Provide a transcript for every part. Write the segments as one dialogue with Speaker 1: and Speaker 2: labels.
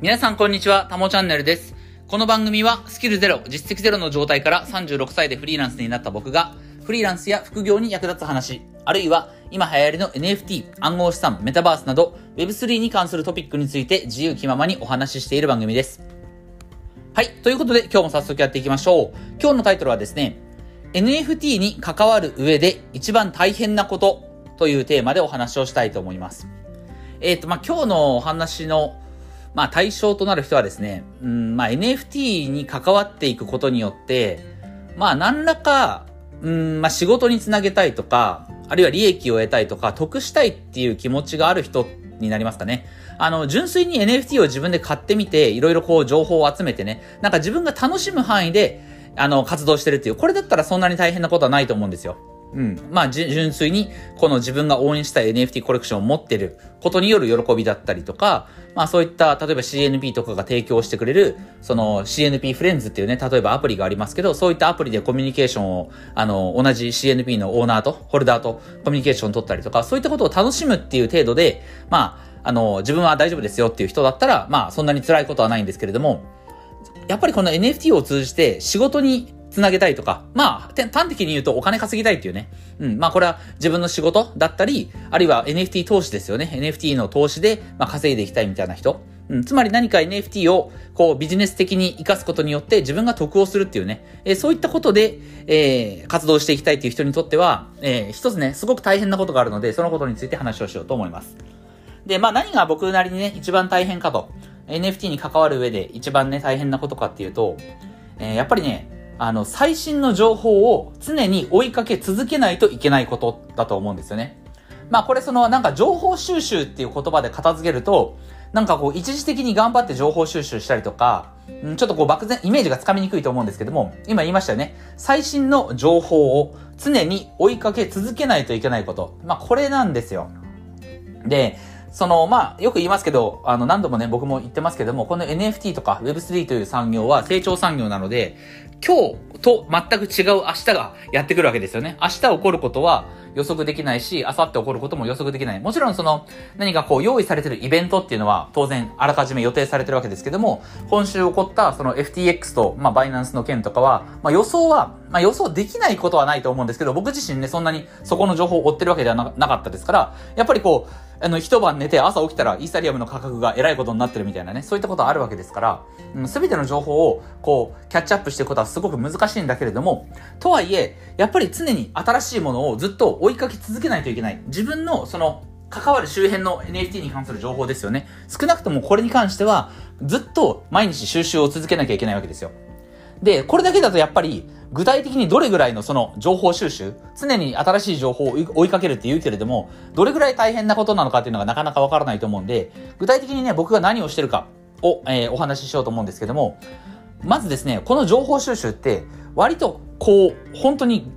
Speaker 1: 皆さんこんにちは、たもチャンネルです。この番組はスキルゼロ、実績ゼロの状態から36歳でフリーランスになった僕が、フリーランスや副業に役立つ話、あるいは今流行りの NFT、暗号資産、メタバースなど Web3 に関するトピックについて自由気ままにお話ししている番組です。はい、ということで今日も早速やっていきましょう。今日のタイトルはですね、NFT に関わる上で一番大変なことというテーマでお話をしたいと思います。今日のお話の対象となる人はですね、NFT に関わっていくことによって、何らか、仕事につなげたいとか、あるいは利益を得たいとか、得したいっていう気持ちがある人になりますかね。純粋に NFT を自分で買ってみて、いろいろ情報を集めてね、自分が楽しむ範囲で、活動してるっていう、これだったらそんなに大変なことはないと思うんですよ。純粋にこの自分が応援したい NFT コレクションを持ってることによる喜びだったりとか、そういった例えば CNP とかが提供してくれるその CNP フレンズっていうね、例えばアプリがありますけど、そういったアプリでコミュニケーションを同じ CNP のオーナーとホルダーとコミュニケーションを取ったりとか、そういったことを楽しむっていう程度で自分は大丈夫ですよっていう人だったらそんなに辛いことはないんですけれども、やっぱりこの NFT を通じて仕事につなげたいとか、端的に言うとお金稼ぎたいっていうね。これは自分の仕事だったり、あるいは NFT 投資ですよね。NFT の投資で稼いでいきたいみたいな人。つまり何か NFT をビジネス的に活かすことによって自分が得をするっていうね。そういったことで、活動していきたいっていう人にとっては、一つね、すごく大変なことがあるので、そのことについて話をしようと思います。で、何が僕なりにね、一番大変かと。NFT に関わる上で一番ね、大変なことかっていうと、やっぱりね、最新の情報を常に追いかけ続けないといけないことだと思うんですよね。これ情報収集っていう言葉で片付けると、一時的に頑張って情報収集したりとか、ちょっと漠然、イメージがつかみにくいと思うんですけども、今言いましたよね。最新の情報を常に追いかけ続けないといけないこと。これなんですよ。で、よく言いますけど、何度もね、僕も言ってますけども、この NFT とか Web3 という産業は成長産業なので、今日と全く違う明日がやってくるわけですよね。明日起こることは予測できないし、明後日起こることも予測できない。もちろん何か用意されているイベントっていうのは当然あらかじめ予定されてるわけですけども、今週起こったFTX とバイナンスの件とかは、予想できないことはないと思うんですけど、僕自身ね、そんなにそこの情報を追ってるわけではなかったですから、やっぱり一晩寝て朝起きたらイーサリアムの価格がえらいことになってるみたいなね、そういったことあるわけですから、すべての情報をキャッチアップしていくことはすごく難しいんだけれども、とはいえ、やっぱり常に新しいものをずっと追いかけ続けないといけない。自分の関わる周辺の NFT に関する情報ですよね。少なくともこれに関しては、ずっと毎日収集を続けなきゃいけないわけですよ。で、これだけだとやっぱり、具体的にどれぐらいの情報収集、常に新しい情報を追いかけるって言うけれども、どれぐらい大変なことなのかっていうのがなかなかわからないと思うんで、具体的にね、僕が何をしてるかを、お話ししようと思うんですけども、まずですね、この情報収集って、割と本当に、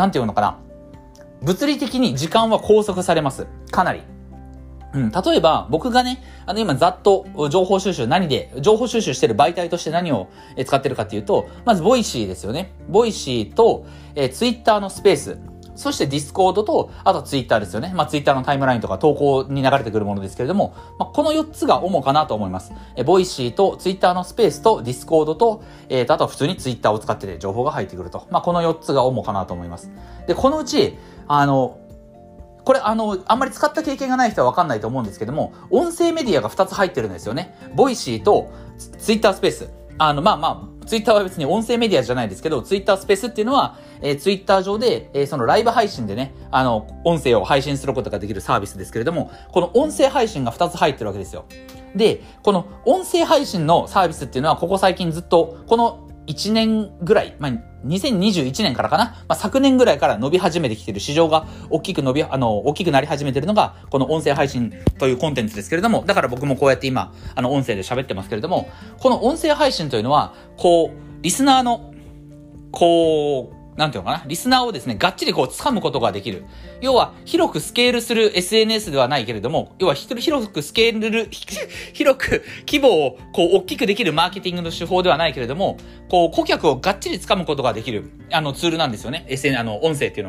Speaker 1: 物理的に時間は拘束されます。かなり。例えば、僕がね、今ざっと情報収集してる媒体として何を使ってるかっていうと、まずボイシーですよね。ボイシーと、ツイッターのスペース、そしてディスコードと、あとツイッターですよね。ツイッターのタイムラインとか投稿に流れてくるものですけれども、この4つが主かなと思います。ボイシーとツイッターのスペースとディスコードと、あとは普通にツイッターを使ってて情報が入ってくると。この4つが主かなと思います。で、このうち、これあんまり使った経験がない人はわかんないと思うんですけども、音声メディアが2つ入ってるんですよね。ボイシーとツイッタースペース。ツイッターは別に音声メディアじゃないですけど、ツイッタースペースっていうのは、ツイッター上で、ライブ配信でね、音声を配信することができるサービスですけれども、この音声配信が2つ入ってるわけですよ。で、この音声配信のサービスっていうのは、ここ最近ずっと、この1年ぐらい、2021年からかな、昨年ぐらいから伸び始めてきている市場が大きくなり始めているのが、この音声配信というコンテンツですけれども、だから僕もこうやって今、音声で喋ってますけれども、この音声配信というのは、リスナーの、リスナーをですね、がっちり掴むことができる。要は、広くスケールする SNS ではないけれども、要は、広く規模を大きくできるマーケティングの手法ではないけれども、顧客をがっちり掴むことができる、ツールなんですよね。音声っていうのは。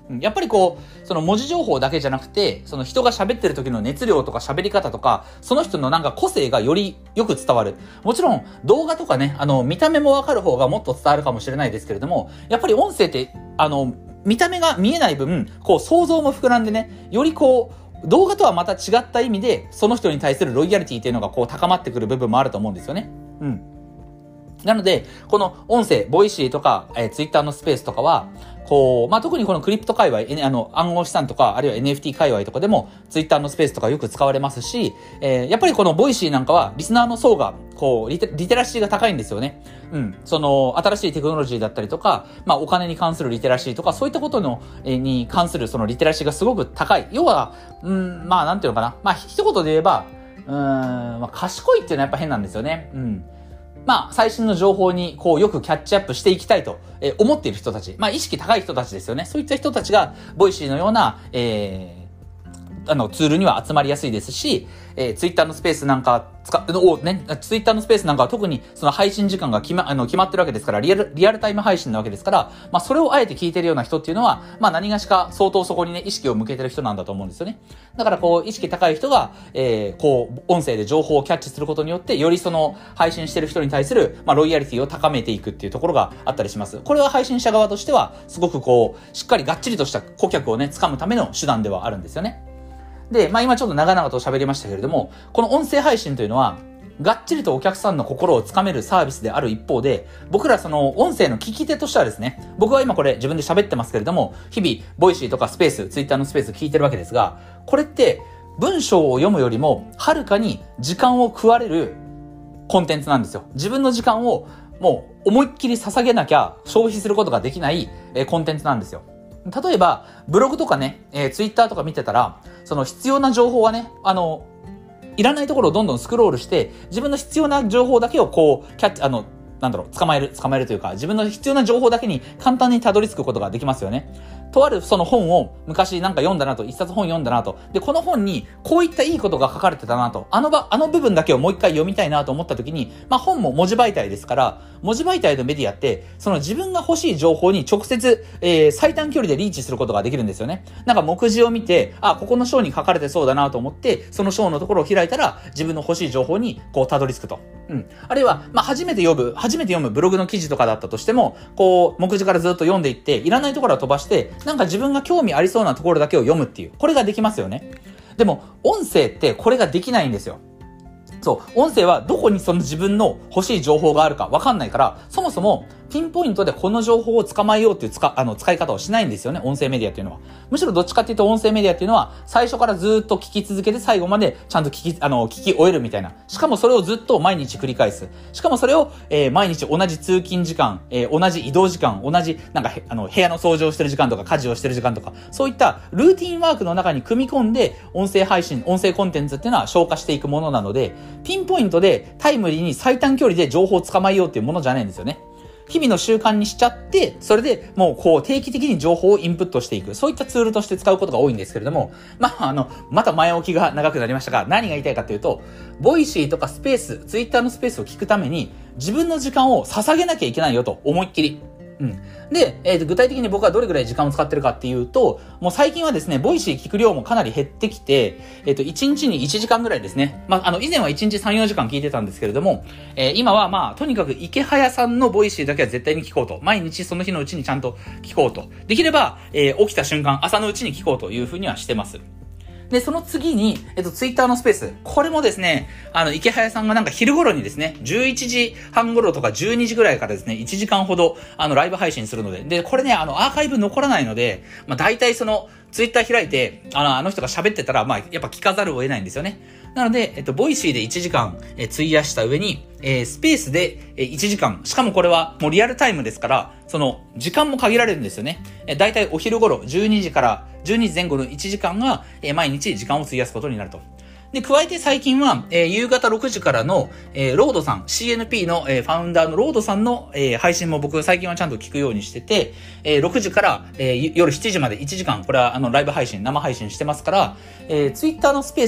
Speaker 1: やっぱりその文字情報だけじゃなくて、その人が喋ってる時の熱量とか喋り方とか、その人のなんか個性がよりよく伝わる。もちろん動画とかね、見た目もわかる方がもっと伝わるかもしれないですけれども、やっぱり音声って、見た目が見えない分、想像も膨らんでね、より動画とはまた違った意味で、その人に対するロイヤリティっていうのが高まってくる部分もあると思うんですよね。なので、この音声、ボイシーとか、ツイッターのスペースとかは、特にこのクリプト界隈、暗号資産とか、あるいは NFT 界隈とかでも、ツイッターのスペースとかよく使われますし、やっぱりこのボイシーなんかは、リスナーの層が、リテラシーが高いんですよね。その、新しいテクノロジーだったりとか、お金に関するリテラシーとか、そういったことに関するそのリテラシーがすごく高い。要は、なんていうのかな。一言で言えば、賢いっていうのはやっぱ変なんですよね。最新の情報によくキャッチアップしていきたいと思っている人たち、意識高い人たちですよね。そういった人たちがボイシーのような、ツールには集まりやすいですし、ツイッターのスペースなんかツイッターのスペースなんかは特にその配信時間が決まってるわけですから、リアルタイム配信なわけですから、それをあえて聞いてるような人っていうのは、何がしか相当そこにね、意識を向けてる人なんだと思うんですよね。だから意識高い人が、音声で情報をキャッチすることによって、よりその配信してる人に対する、ロイヤリティを高めていくっていうところがあったりします。これは配信者側としては、すごくしっかりがっちりとした顧客をね、掴むための手段ではあるんですよね。で、今ちょっと長々と喋りましたけれども、この音声配信というのは、がっちりとお客さんの心をつかめるサービスである一方で、僕らその音声の聞き手としてはですね、僕は今これ自分で喋ってますけれども、日々、ボイシーとかスペース、ツイッターのスペース聞いてるわけですが、これって文章を読むよりも、はるかに時間を食われるコンテンツなんですよ。自分の時間をもう思いっきり捧げなきゃ消費することができないコンテンツなんですよ。例えば、ブログとかね、ツイッターとか見てたら、その必要な情報はね、いらないところをどんどんスクロールして、自分の必要な情報だけを捕まえるというか、自分の必要な情報だけに簡単にたどり着くことができますよね。とあるその本を昔なんか読んだなと、一冊本読んだなと。で、この本にこういったいいことが書かれてたなと。あの部分だけをもう一回読みたいなと思った時に、本も文字媒体ですから、文字媒体のメディアって、その自分が欲しい情報に直接、最短距離でリーチすることができるんですよね。なんか目次を見て、ここの章に書かれてそうだなと思って、その章のところを開いたら、自分の欲しい情報にたどり着くと。あるいは、初めて読むブログの記事とかだったとしても、目次からずっと読んでいって、いらないところは飛ばして、なんか自分が興味ありそうなところだけを読むっていう、これができますよね。でも、音声ってこれができないんですよ。そう、音声はどこにその自分の欲しい情報があるかわかんないから、そもそもピンポイントでこの情報を捕まえようっていう使い方をしないんですよね、音声メディアっていうのは。むしろどっちかっていうと音声メディアっていうのは、最初からずっと聞き続けて最後までちゃんと聞き終えるみたいな。しかもそれをずっと毎日繰り返す。しかもそれを、毎日同じ通勤時間、同じ移動時間、同じ部屋の掃除をしてる時間とか家事をしてる時間とか、そういったルーティンワークの中に組み込んで、音声コンテンツっていうのは消化していくものなので、ピンポイントでタイムリーに最短距離で情報を捕まえようっていうものじゃないんですよね。日々の習慣にしちゃって、それでもう定期的に情報をインプットしていく。そういったツールとして使うことが多いんですけれども、また前置きが長くなりましたが、何が言いたいかというと、ボイシーとかスペース、ツイッターのスペースを聞くために、自分の時間を捧げなきゃいけないよと、思いっきり。で、具体的に僕はどれぐらい時間を使ってるかっていうと、もう最近はですね、ボイシー聞く量もかなり減ってきて、1日に1時間ぐらいですね。以前は1日3、4時間聞いてたんですけれども、今はとにかく池早さんのボイシーだけは絶対に聞こうと。毎日その日のうちにちゃんと聞こうと。できれば、起きた瞬間、朝のうちに聞こうというふうにはしてます。で、その次に、ツイッターのスペース。これもですね、池早さんがなんか昼頃にですね、11時半頃とか12時ぐらいからですね、1時間ほど、ライブ配信するので。で、これね、アーカイブ残らないので、大体ツイッター開いて、あの人が喋ってたら、やっぱ聞かざるを得ないんですよね。なので、ボイシーで1時間、費やした上に、スペースで1時間。しかもこれはもうリアルタイムですから、時間も限られるんですよね。だいたいお昼頃、12時前後の1時間が、毎日時間を費やすことになると。で、加えて最近は、夕方6時からの、ロードさん、CNP の、ファウンダーのロードさんの、配信も僕最近はちゃんと聞くようにしてて、6時から、夜7時まで1時間、これはライブ配信、生配信してますから、ツイッターのスペースで、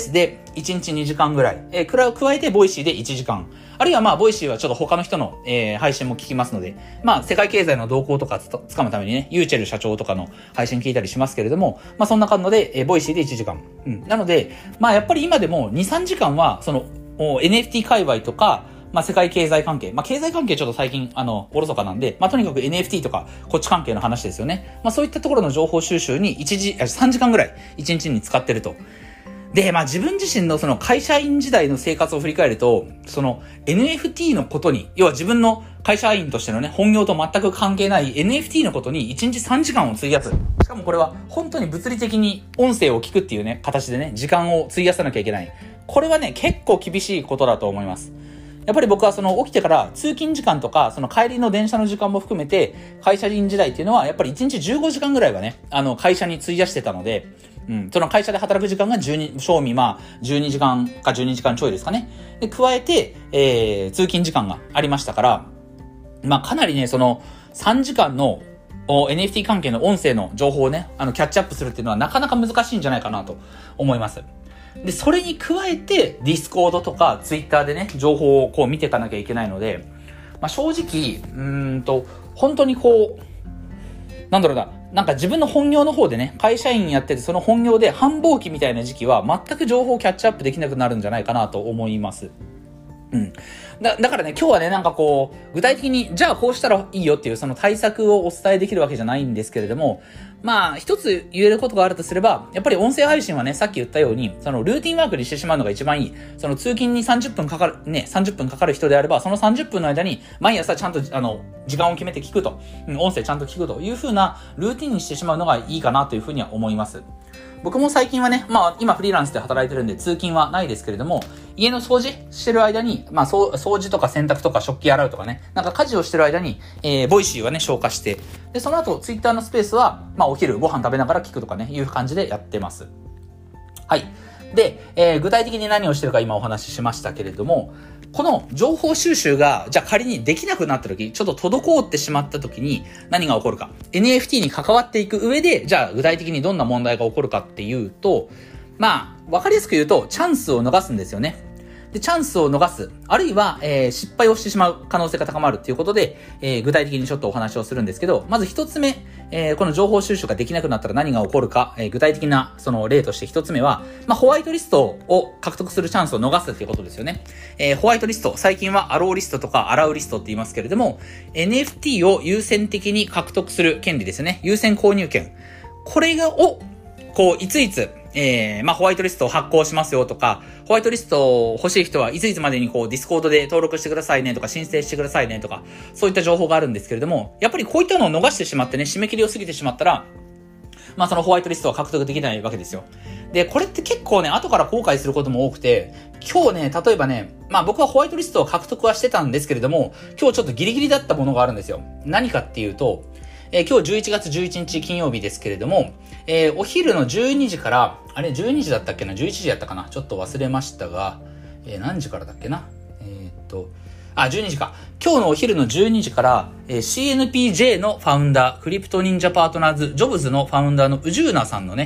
Speaker 1: 1日2時間ぐらい、加えてボイシーで1時間。あるいはまあ、ボイシーはちょっと他の人の、配信も聞きますので、まあ、世界経済の動向とかつかむためにね、ユーチェル社長とかの配信聞いたりしますけれども、まあ、そんな感じで、ボイシーで1時間。なので、まあ、やっぱり今でも2、3時間は、その、NFT 界隈とか、まあ、世界経済関係。まあ、経済関係ちょっと最近、おろそかなんで、まあ、とにかく NFT とか、こっち関係の話ですよね。まあ、そういったところの情報収集に3時間ぐらい、1日に使ってると。で、まあ、自分自身のその会社員時代の生活を振り返ると、その NFT のことに、要は自分の会社員としてのね、本業と全く関係ない NFT のことに1日3時間を費やす。しかもこれは本当に物理的に音声を聞くっていうね、形でね、時間を費やさなきゃいけない。これはね、結構厳しいことだと思います。やっぱり僕はその起きてから通勤時間とか、その帰りの電車の時間も含めて、会社員時代っていうのはやっぱり1日15時間ぐらいはね、会社に費やしてたので、その会社で働く時間が正味まあ12時間か12時間ちょいですかね。で、加えて、通勤時間がありましたから、まあかなりね、その3時間のNFT 関係の音声の情報をね、キャッチアップするっていうのはなかなか難しいんじゃないかなと思います。で、それに加えて、ディスコードとかツイッターでね、情報をこう見ていかなきゃいけないので、まあ正直、本当にこう、なんか自分の本業の方でね、会社員やってて、その本業で繁忙期みたいな時期は全く情報をキャッチアップできなくなるんじゃないかなと思います。だからね、今日はね、なんかこう、具体的に、じゃあこうしたらいいよっていうその対策をお伝えできるわけじゃないんですけれども、まあ、一つ言えることがあるとすれば、やっぱり音声配信はね、さっき言ったように、そのルーティンワークにしてしまうのが一番いい。その通勤に30分かかる人であれば、その30分の間に、毎朝ちゃんと、時間を決めて聞くと、音声ちゃんと聞くという風なルーティンにしてしまうのがいいかなというふうには思います。僕も最近はね、まあ今フリーランスで働いてるんで通勤はないですけれども、家の掃除してる間に、まあ掃除とか洗濯とか食器洗うとかね、なんか家事をしてる間に、ボイシーはね、消化して、で、その後ツイッターのスペースは、まあお昼ご飯食べながら聞くとかね、いう感じでやってます。はい。で、具体的に何をしてるか今お話ししましたけれども、この情報収集が、じゃあ仮にできなくなった時、ちょっと滞ってしまった時に何が起こるか。NFT に関わっていく上で、じゃあ具体的にどんな問題が起こるかっていうと、まあ、わかりやすく言うと、チャンスを逃すんですよね。で、チャンスを逃す。あるいは、失敗をしてしまう可能性が高まるっていうことで、具体的にちょっとお話をするんですけど、まず一つ目、この情報収集ができなくなったら何が起こるか、具体的なその例として一つ目は、まあ、ホワイトリストを獲得するチャンスを逃すっていうことですよね。ホワイトリスト、最近はアローリストとかアラウリストって言いますけれども、NFT を優先的に獲得する権利ですね。優先購入権。これを、こう、いついつ、まあ、ホワイトリストを発行しますよとか、ホワイトリスト欲しい人はいついつまでにこう、ディスコードで登録してくださいねとか、申請してくださいねとか、そういった情報があるんですけれども、やっぱりこういったのを逃してしまってね、締め切りを過ぎてしまったら、まあ、そのホワイトリストは獲得できないわけですよ。で、これって結構ね、後から後悔することも多くて、今日ね、例えばね、まあ僕はホワイトリストを獲得はしてたんですけれども、今日ちょっとギリギリだったものがあるんですよ。何かっていうと、今日11月11日金曜日ですけれども、お昼の12時から、あれ12時だったっけな ?11 時やったかなちょっと忘れましたが、何時からだっけな12時か。今日のお昼の12時から、CNPJ のファウンダー、クリプト忍者パートナーズ、ジョブズのファウンダーのウジューナさんの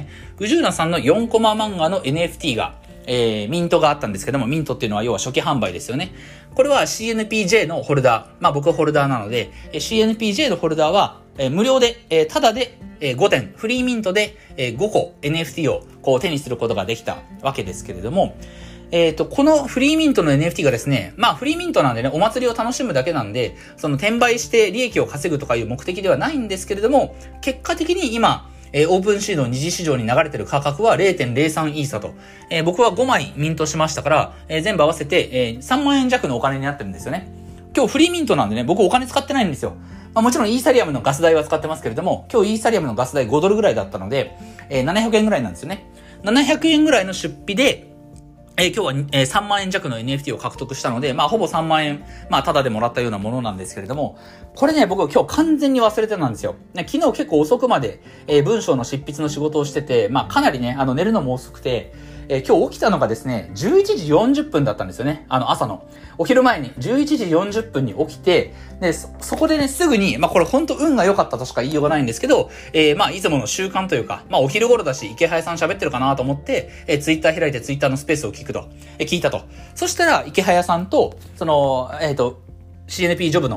Speaker 1: 4コマ漫画の NFT が、ミントがあったんですけども、ミントっていうのは要は初期販売ですよね。これは CNPJ のホルダー。まあ僕はホルダーなので、CNPJ のホルダーは、無料で、ただで、5点、フリーミントで、5個 NFT をこう手にすることができたわけですけれども、このフリーミントの NFT がですね、まあフリーミントなんでね、お祭りを楽しむだけなんで、その転売して利益を稼ぐとかいう目的ではないんですけれども、結果的に今、オープンシード二次市場に流れてる価格は 0.03 イーサと、僕は5枚ミントしましたから、全部合わせて、3万円弱のお金になってるんですよね。今日フリーミントなんでね、僕お金使ってないんですよ。まあ、もちろんイーサリアムのガス代は使ってますけれども、今日イーサリアムのガス代5ドルぐらいだったので、700円ぐらいなんですよね。700円ぐらいの出費で、今日は、3万円弱の NFT を獲得したので、まあほぼ3万円、まあただでもらったようなものなんですけれども、これね、僕今日完全に忘れてたんですよ。昨日結構遅くまで、文章の執筆の仕事をしてて、まあかなりね、寝るのも遅くて、 今日起きたのがですね、11時40分だったんですよね。朝の。お昼前に11時40分に起きて、で、そこでね、すぐに、これ本当運が良かったとしか言いようがないんですけど、いつもの習慣というか、お昼頃だし、池早さん喋ってるかなと思って、ツイッター開いてツイッターのスペースを聞いたと。そしたら、池早さんと、CNP ジョブの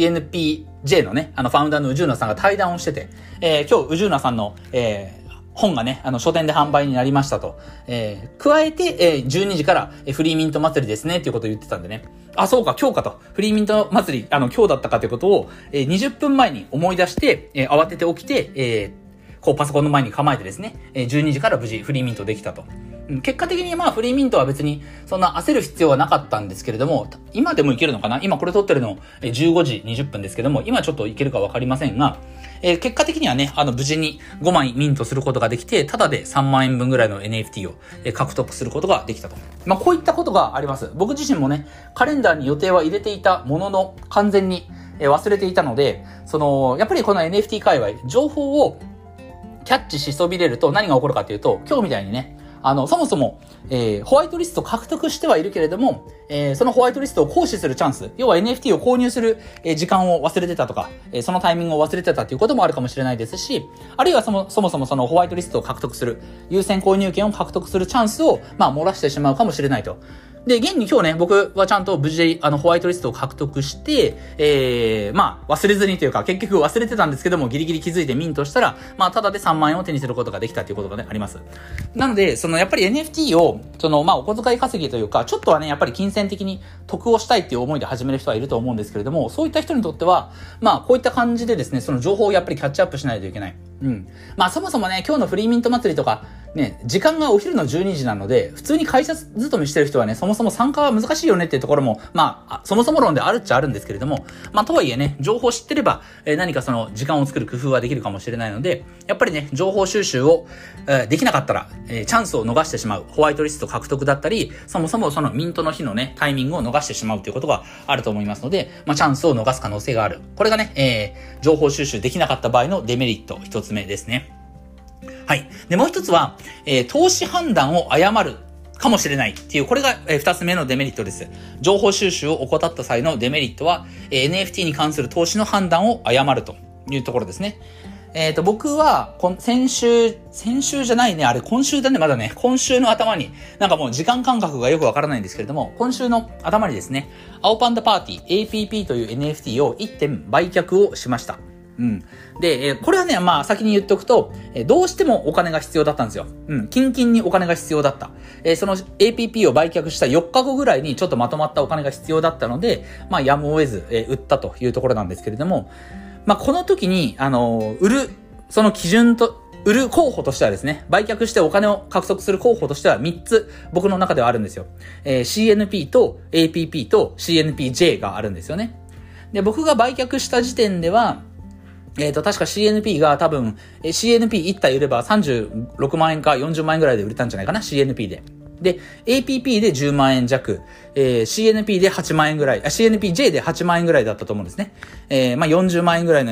Speaker 1: CNPJ のね、ファウンダーの宇宙那さんが対談をしてて、今日宇宙那さんの、本がね、書店で販売になりましたと。加えて、12時からフリーミント祭りですねっていうことを言ってたんでね。あ、そうか、今日かと。フリーミント祭り、今日だったかということを、20分前に思い出して、慌てて起きて、パソコンの前に構えてですね、12時から無事フリーミントできたと。結果的にフリーミントは別にそんな焦る必要はなかったんですけれども、今でもいけるのかな？今これ撮ってるの15時20分ですけども、今ちょっといけるかわかりませんが、結果的にはね、無事に5枚ミントすることができて、ただで3万円分ぐらいの NFT を獲得することができたと。こういったことがあります。僕自身もね、カレンダーに予定は入れていたものの、完全に忘れていたので、やっぱりこの NFT 界隈、情報をキャッチしそびれると何が起こるかというと、今日みたいにね、そもそも、ホワイトリストを獲得してはいるけれども、そのホワイトリストを行使するチャンス、要は NFT を購入する、時間を忘れてたとか、そのタイミングを忘れてたということもあるかもしれないですし、あるいはそもそもそのホワイトリストを獲得する、優先購入権を獲得するチャンスを、漏らしてしまうかもしれないと。で、現に今日ね、僕はちゃんと無事、ホワイトリストを獲得して、忘れずにというか、結局忘れてたんですけども、ギリギリ気づいてミントしたら、ただで3万円を手にすることができたということがね、あります。なので、やっぱり NFT を、お小遣い稼ぎというか、ちょっとはね、やっぱり金銭的に得をしたいっていう思いで始める人はいると思うんですけれども、そういった人にとっては、こういった感じでですね、その情報をやっぱりキャッチアップしないといけない。そもそもね、今日のフリーミント祭りとか、ね、時間がお昼の12時なので、普通に会社勤めしてる人はね、そもそも参加は難しいよねっていうところも、そもそも論であるっちゃあるんですけれども、とはいえね、情報を知ってれば、何かその時間を作る工夫はできるかもしれないので、やっぱりね、情報収集を、できなかったら、チャンスを逃してしまう、ホワイトリスト獲得だったり、そもそもそのミントの日のね、タイミングを逃してしまうということがあると思いますので、チャンスを逃す可能性がある。これがね、情報収集できなかった場合のデメリット一つ目ですね。はい。で、もう一つは、投資判断を誤るかもしれないっていう、これが二つ目のデメリットです。情報収集を怠った際のデメリットは、NFT に関する投資の判断を誤るというところですね。僕は、先週じゃないね、あれ今週だね、まだね、今週の頭に、なんかもう時間感覚がよくわからないんですけれども、今週の頭にですね、青パンダパーティー APP という NFT を1点売却をしました。で、これはね、先に言っておくと、どうしてもお金が必要だったんですよ。キンキンにお金が必要だった。その APP を売却した4日後ぐらいにちょっとまとまったお金が必要だったので、やむを得ず、売ったというところなんですけれども、この時に、その基準と、売る候補としてはですね、売却してお金を獲得する候補としては3つ僕の中ではあるんですよ。CNP と APP と CNPJ があるんですよね。で、僕が売却した時点では、確か CNP が多分、CNP1 体売れば36万円か40万円ぐらいで売れたんじゃないかな、CNP で。で、APP で10万円弱、CNP で8万円ぐらい、CNPJ で8万円ぐらいだったと思うんですね。40万円ぐらいの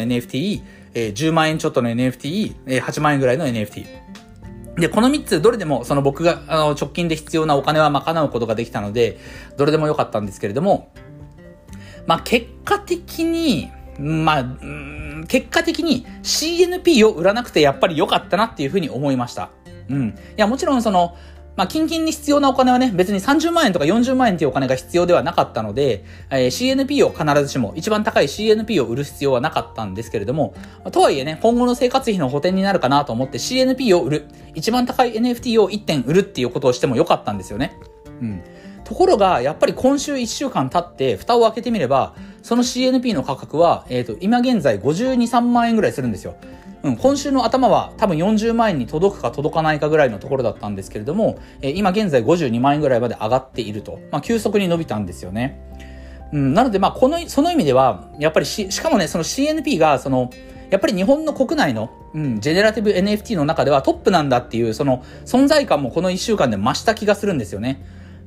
Speaker 1: NFT、10万円ちょっとの NFT、8万円ぐらいの NFT。で、この3つ、どれでも、その僕が、直近で必要なお金は賄うことができたので、どれでもよかったんですけれども、結果的に CNP を売らなくてやっぱり良かったなっていうふうに思いました。いや、もちろんキンキンに必要なお金はね、別に30万円とか40万円っていうお金が必要ではなかったので、CNP を必ずしも、一番高い CNP を売る必要はなかったんですけれども、とはいえね、今後の生活費の補填になるかなと思って CNP を売る、一番高い NFT を1点売るっていうことをしても良かったんですよね。ところが、やっぱり今週1週間経って、蓋を開けてみれば、その CNP の価格は、今現在52、3万円ぐらいするんですよ。今週の頭は多分40万円に届くか届かないかぐらいのところだったんですけれども、今現在52万円ぐらいまで上がっていると。急速に伸びたんですよね。なので、その意味では、やっぱりしかもね、その CNP が、やっぱり日本の国内の、ジェネラティブ NFT の中ではトップなんだっていう、その存在感もこの1週間で増した気がするんですよね。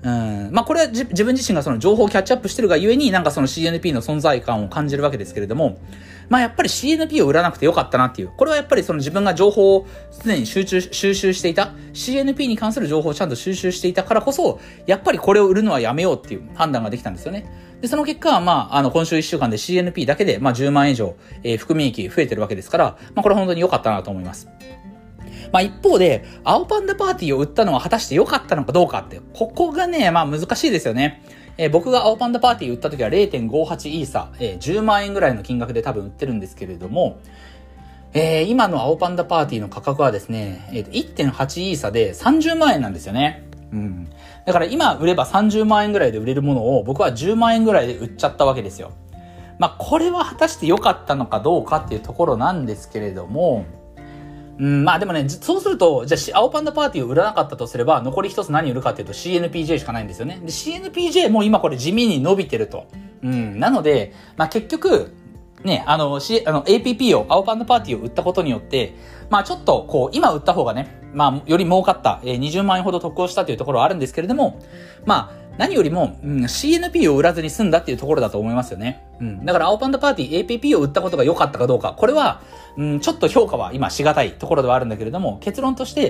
Speaker 1: まあこれは自分自身がその情報をキャッチアップしてるがゆえになんかその CNP の存在感を感じるわけですけれども、まあやっぱり CNP を売らなくてよかったなっていう。これはやっぱりその自分が情報を常に収集していた。CNP に関する情報をちゃんと収集していたからこそ、やっぱりこれを売るのはやめようっていう判断ができたんですよね。で、その結果、まあ、今週1週間で CNP だけで、まあ10万円以上、含み益増えてるわけですから、まあこれは本当に良かったなと思います。まあ一方で、青パンダパーティーを売ったのは果たして良かったのかどうかって、ここがね、まあ難しいですよね。僕が青パンダパーティー売った時は 0.58 イーサ、10万円ぐらいの金額で多分売ってるんですけれども、今の青パンダパーティーの価格はですね、1.8 イーサで30万円なんですよね。だから今売れば30万円ぐらいで売れるものを僕は10万円ぐらいで売っちゃったわけですよ。まあこれは果たして良かったのかどうかっていうところなんですけれども、まあでもね、そうすると、じゃあ青パンダパーティーを売らなかったとすれば、残り一つ何売るかっていうと CNPJ しかないんですよね。で、CNPJ も今これ地味に伸びてると。なので、まあ結局、ね、APP を、青パンダパーティーを売ったことによって、まあちょっと、こう、今売った方がね、まあより儲かった、20万円ほど得をしたというところはあるんですけれども、まあ、何よりも、CNP を売らずに済んだっていうところだと思いますよね。だから青パンダパーティー APP を売ったことが良かったかどうか、これは、ちょっと評価は今しがたいところではあるんだけれども、結論として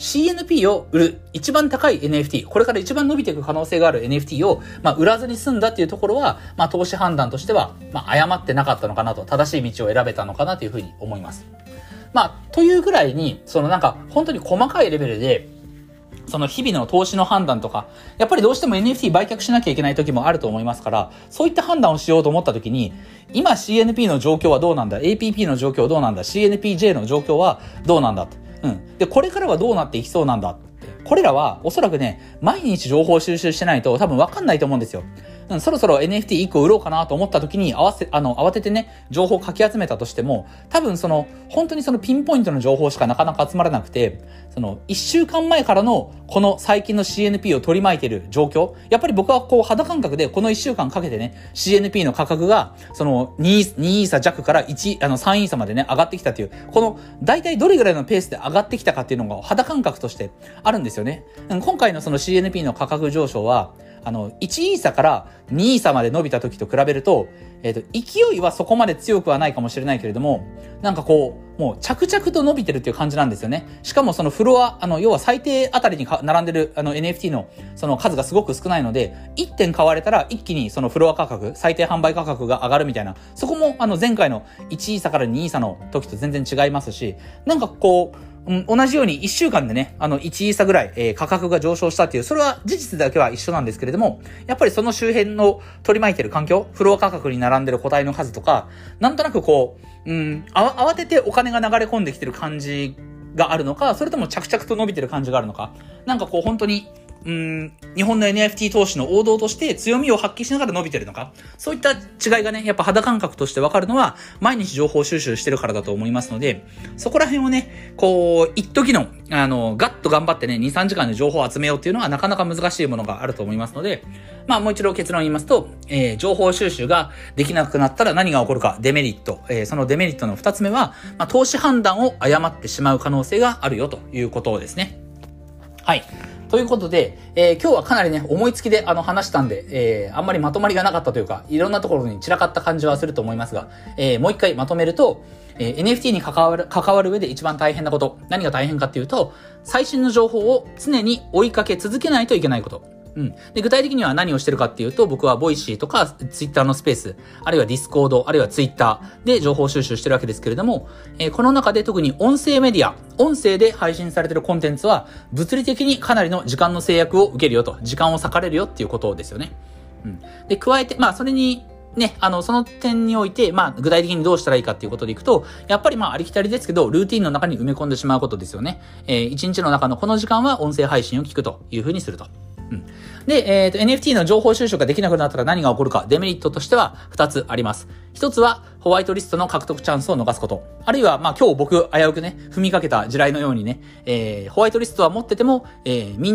Speaker 1: CNP を売る一番高い NFT、これから一番伸びていく可能性がある NFT を、まあ、売らずに済んだっていうところは、まあ、投資判断としては、まあ、誤ってなかったのかなと、正しい道を選べたのかなというふうに思います。まあ、というぐらいに、そのなんか、本当に細かいレベルで、その日々の投資の判断とか、やっぱりどうしても NFT 売却しなきゃいけない時もあると思いますから、そういった判断をしようと思った時に、今 CNP の状況はどうなんだ、APP の状況はどうなんだ、CNPJ の状況はどうなんだと。で、これからはどうなっていきそうなんだって。これらはおそらくね、毎日情報収集してないと多分わかんないと思うんですよ。そろそろ NFT1 個売ろうかなと思った時に慌ててね、情報をかき集めたとしても、多分本当にピンポイントの情報しかなかなか集まらなくて、1週間前からのこの最近の CNP を取り巻いている状況、やっぱり僕はこう肌感覚でこの1週間かけてね、CNP の価格が、2イーサ弱から3イーサまでね、上がってきたっていう、この、大体どれぐらいのペースで上がってきたかっていうのが肌感覚としてあるんですよね。今回のCNP の価格上昇は、1イーサから2イーサまで伸びた時と比べると、勢いはそこまで強くはないかもしれないけれども、なんかこう、もう着々と伸びてるっていう感じなんですよね。しかもそのフロア、要は最低あたりに並んでるNFT のその数がすごく少ないので、1点買われたら一気にそのフロア価格、最低販売価格が上がるみたいな、そこも前回の1イーサから2イーサの時と全然違いますし、なんかこう、同じように1週間でね、1イーサぐらい、価格が上昇したっていう、それは事実だけは一緒なんですけれども、やっぱりその周辺の取り巻いてる環境、フロア価格に並んでる個体の数とか、なんとなくこう、慌ててお金が流れ込んできてる感じがあるのか、それとも着々と伸びてる感じがあるのか、なんかこう本当に、日本の NFT 投資の王道として強みを発揮しながら伸びてるのか、そういった違いがね、やっぱ肌感覚としてわかるのは、毎日情報収集してるからだと思いますので、そこら辺をね、こう、一時の、ガッと頑張ってね、2、3時間で情報を集めようっていうのはなかなか難しいものがあると思いますので、まあもう一度結論言いますと、情報収集ができなくなったら何が起こるか、デメリット。そのデメリットの2つ目は、投資判断を誤ってしまう可能性があるよということですね。はい。ということで、今日はかなりね、思いつきで話したんで、あんまりまとまりがなかったというか、いろんなところに散らかった感じはすると思いますが、もう一回まとめると、NFT に関わる上で一番大変なこと、何が大変かっていうと、最新の情報を常に追いかけ続けないといけないこと。で、具体的には何をしてるかっていうと、僕はボイシーとかツイッターのスペース、あるいはディスコード、あるいはツイッターで情報収集してるわけですけれども、この中で特に音声メディア、音声で配信されてるコンテンツは、物理的にかなりの時間の制約を受けるよと、時間を割かれるよっていうことですよね。で、加えて、それに、ね、その点において、具体的にどうしたらいいかっていうことでいくと、やっぱりありきたりですけど、ルーティンの中に埋め込んでしまうことですよね。一日の中のこの時間は音声配信を聞くというふうにすると。で、NFT の情報収集ができなくなったら何が起こるか、デメリットとしては2つあります。1つは、ホワイトリストの獲得チャンスを逃すこと。あるいは、今日僕、危うくね、踏みかけた地雷のようにね、ホワイトリストは持ってても、ミントの、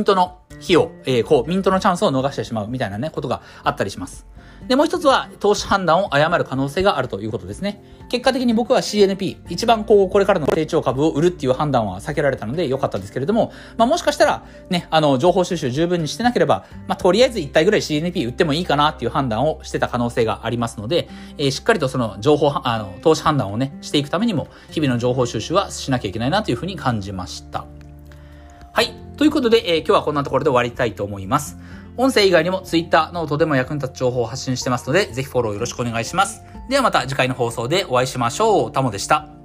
Speaker 1: 日を、ミントのチャンスを逃してしまうみたいなね、ことがあったりします。で、もう一つは、投資判断を誤る可能性があるということですね。結果的に僕は CNP、一番これからの成長株を売るっていう判断は避けられたので良かったですけれども、もしかしたら、ね、情報収集十分にしてなければ、とりあえず1体ぐらい CNP 売ってもいいかなっていう判断をしてた可能性がありますので、しっかりとその投資判断をね、していくためにも、日々の情報収集はしなきゃいけないなというふうに感じました。はい。ということで、今日はこんなところで終わりたいと思います。音声以外にも Twitter、ノートでも役に立つ情報を発信してますので、ぜひフォローよろしくお願いします。ではまた次回の放送でお会いしましょう。タモでした。